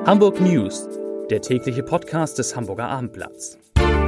Hamburg News, der tägliche Podcast des Hamburger Abendblatts.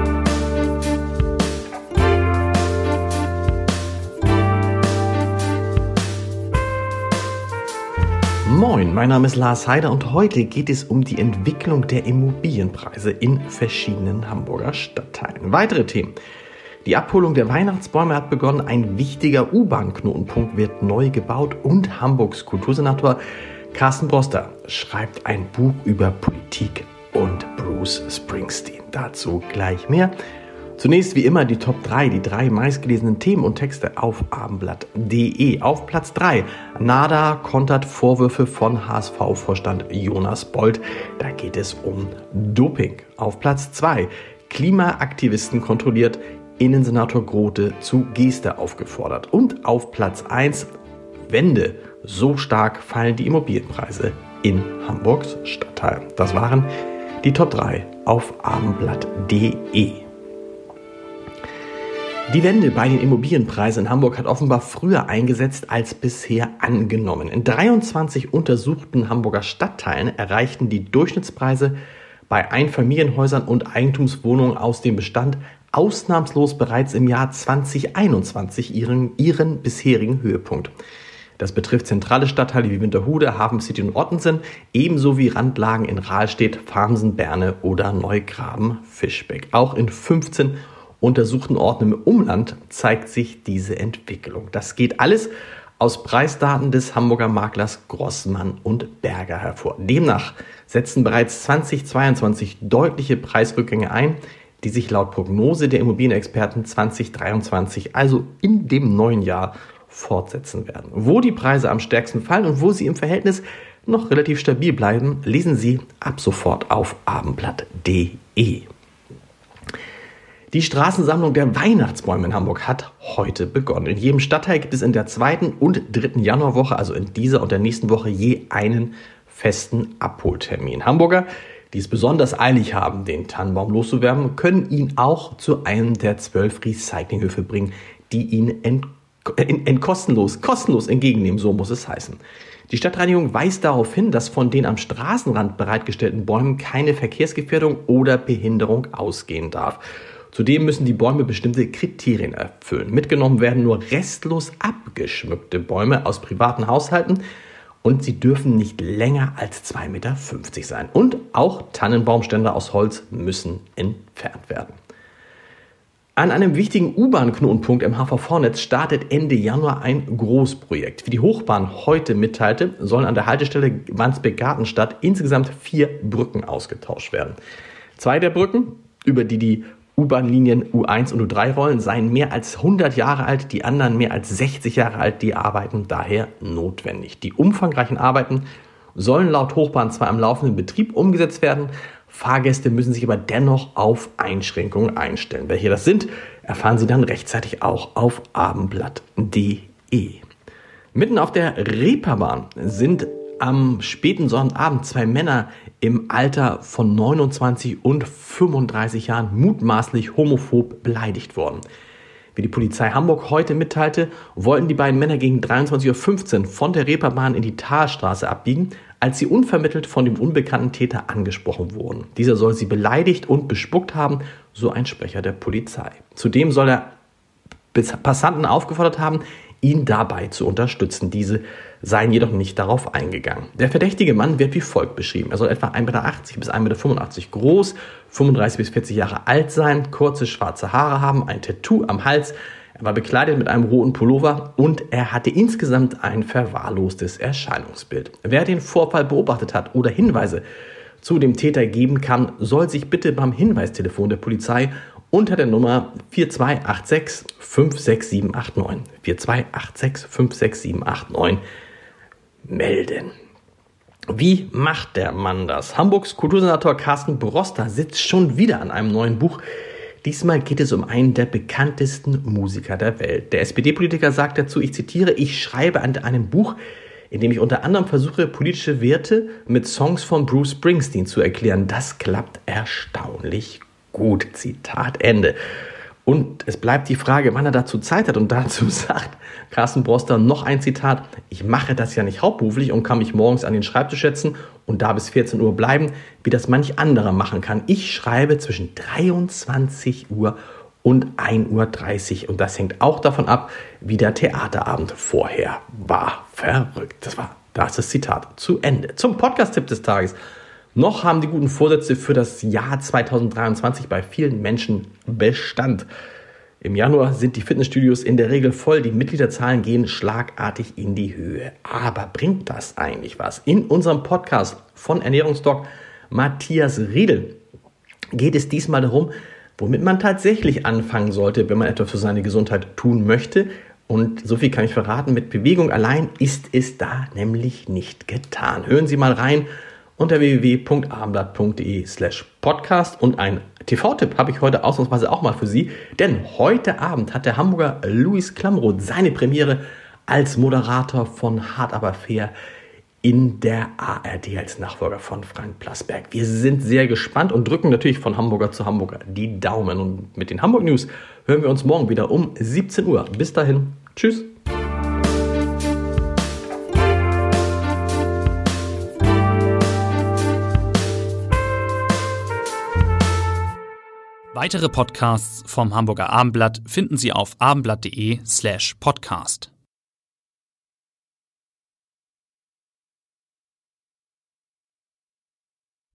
Moin, mein Name ist Lars Heider und heute geht es um die Entwicklung der Immobilienpreise in verschiedenen Hamburger Stadtteilen. Weitere Themen. Die Abholung der Weihnachtsbäume hat begonnen, ein wichtiger U-Bahn-Knotenpunkt wird neu gebaut und Hamburgs Kultursenator Carsten Broster schreibt ein Buch über Politik und Bruce Springsteen. Dazu gleich mehr. Zunächst wie immer die Top 3, die 3 meistgelesenen Themen und Texte auf abendblatt.de. Auf Platz 3, NADA kontert Vorwürfe von HSV-Vorstand Jonas Bold. Da geht es um Doping. Auf Platz 2, Klimaaktivisten kontrolliert, Innensenator Grote zu Geste aufgefordert. Und auf Platz 1, Wende. So stark fallen die Immobilienpreise in Hamburgs Stadtteilen. Das waren die Top 3 auf abendblatt.de. Die Wende bei den Immobilienpreisen in Hamburg hat offenbar früher eingesetzt als bisher angenommen. In 23 untersuchten Hamburger Stadtteilen erreichten die Durchschnittspreise bei Einfamilienhäusern und Eigentumswohnungen aus dem Bestand ausnahmslos bereits im Jahr 2021 ihren bisherigen Höhepunkt. Das betrifft zentrale Stadtteile wie Winterhude, Hafen City und Ottensen, ebenso wie Randlagen in Rahlstedt, Farmsen, Berne oder Neugraben-Fischbeck. Auch in 15 untersuchten Orten im Umland zeigt sich diese Entwicklung. Das geht alles aus Preisdaten des Hamburger Maklers Grossmann und Berger hervor. Demnach setzten bereits 2022 deutliche Preisrückgänge ein, die sich laut Prognose der Immobilienexperten 2023, also in dem neuen Jahr, fortsetzen werden. Wo die Preise am stärksten fallen und wo sie im Verhältnis noch relativ stabil bleiben, lesen Sie ab sofort auf abendblatt.de. Die Straßensammlung der Weihnachtsbäume in Hamburg hat heute begonnen. In jedem Stadtteil gibt es in der 2. und 3. Januarwoche, also in dieser und der nächsten Woche, je einen festen Abholtermin. Hamburger, die es besonders eilig haben, den Tannenbaum loszuwerden, können ihn auch zu einem der 12 Recyclinghöfe bringen, die ihn kostenlos entgegennehmen, so muss es heißen. Die Stadtreinigung weist darauf hin, dass von den am Straßenrand bereitgestellten Bäumen keine Verkehrsgefährdung oder Behinderung ausgehen darf. Zudem müssen die Bäume bestimmte Kriterien erfüllen. Mitgenommen werden nur restlos abgeschmückte Bäume aus privaten Haushalten und sie dürfen nicht länger als 2,50 Meter sein. Und auch Tannenbaumständer aus Holz müssen entfernt werden. An einem wichtigen U-Bahn-Knotenpunkt im HVV-Netz startet Ende Januar ein Großprojekt. Wie die Hochbahn heute mitteilte, sollen an der Haltestelle Wandsbek-Gartenstadt insgesamt 4 Brücken ausgetauscht werden. 2 der Brücken, über die U-Bahn-Linien U1 und U3 rollen, seien mehr als 100 Jahre alt, die anderen mehr als 60 Jahre alt, die Arbeiten daher notwendig. Die umfangreichen Arbeiten sollen laut Hochbahn zwar im laufenden Betrieb umgesetzt werden, Fahrgäste müssen sich aber dennoch auf Einschränkungen einstellen. Welche das sind, erfahren Sie dann rechtzeitig auch auf abendblatt.de. Mitten auf der Reeperbahn sind am späten Sonnabend 2 Männer im Alter von 29 und 35 Jahren mutmaßlich homophob beleidigt worden. Wie die Polizei Hamburg heute mitteilte, wollten die beiden Männer gegen 23.15 Uhr von der Reeperbahn in die Talstraße abbiegen, als sie unvermittelt von dem unbekannten Täter angesprochen wurden. Dieser soll sie beleidigt und bespuckt haben, so ein Sprecher der Polizei. Zudem soll er Passanten aufgefordert haben, ihn dabei zu unterstützen. Diese seien jedoch nicht darauf eingegangen. Der verdächtige Mann wird wie folgt beschrieben. Er soll etwa 1,80 Meter bis 1,85 Meter groß, 35 bis 40 Jahre alt sein, kurze schwarze Haare haben, ein Tattoo am Hals. Er war bekleidet mit einem roten Pullover und er hatte insgesamt ein verwahrlostes Erscheinungsbild. Wer den Vorfall beobachtet hat oder Hinweise zu dem Täter geben kann, soll sich bitte beim Hinweistelefon der Polizei unter der Nummer 4286 56789 4286 56789 melden. Wie macht der Mann das? Hamburgs Kultursenator Carsten Broster sitzt schon wieder an einem neuen Buch. Diesmal geht es um einen der bekanntesten Musiker der Welt. Der SPD-Politiker sagt dazu, ich zitiere, ich schreibe an einem Buch, in dem ich unter anderem versuche, politische Werte mit Songs von Bruce Springsteen zu erklären. Das klappt erstaunlich gut. Zitat Ende. Und es bleibt die Frage, wann er dazu Zeit hat. Und dazu sagt Carsten Broster noch ein Zitat: Ich mache das ja nicht hauptberuflich und kann mich morgens an den Schreibtisch setzen und da bis 14 Uhr bleiben, wie das manch anderer machen kann. Ich schreibe zwischen 23 Uhr und 1.30 Uhr. Und das hängt auch davon ab, wie der Theaterabend vorher war. Verrückt. Das ist das Zitat zu Ende. Zum Podcast-Tipp des Tages. Noch haben die guten Vorsätze für das Jahr 2023 bei vielen Menschen Bestand. Im Januar sind die Fitnessstudios in der Regel voll, die Mitgliederzahlen gehen schlagartig in die Höhe. Aber bringt das eigentlich was? In unserem Podcast von Ernährungsdoc Matthias Riedel geht es diesmal darum, womit man tatsächlich anfangen sollte, wenn man etwas für seine Gesundheit tun möchte. Und so viel kann ich verraten, mit Bewegung allein ist es da nämlich nicht getan. Hören Sie mal rein unter www.abendblatt.de/podcast. Und ein TV-Tipp habe ich heute ausnahmsweise auch mal für Sie, denn heute Abend hat der Hamburger Luis Klamroth seine Premiere als Moderator von Hart aber fair in der ARD als Nachfolger von Frank Plasberg. Wir sind sehr gespannt und drücken natürlich von Hamburger zu Hamburger die Daumen. Und mit den Hamburg News hören wir uns morgen wieder um 17 Uhr. Bis dahin, tschüss. Weitere Podcasts vom Hamburger Abendblatt finden Sie auf abendblatt.de/podcast.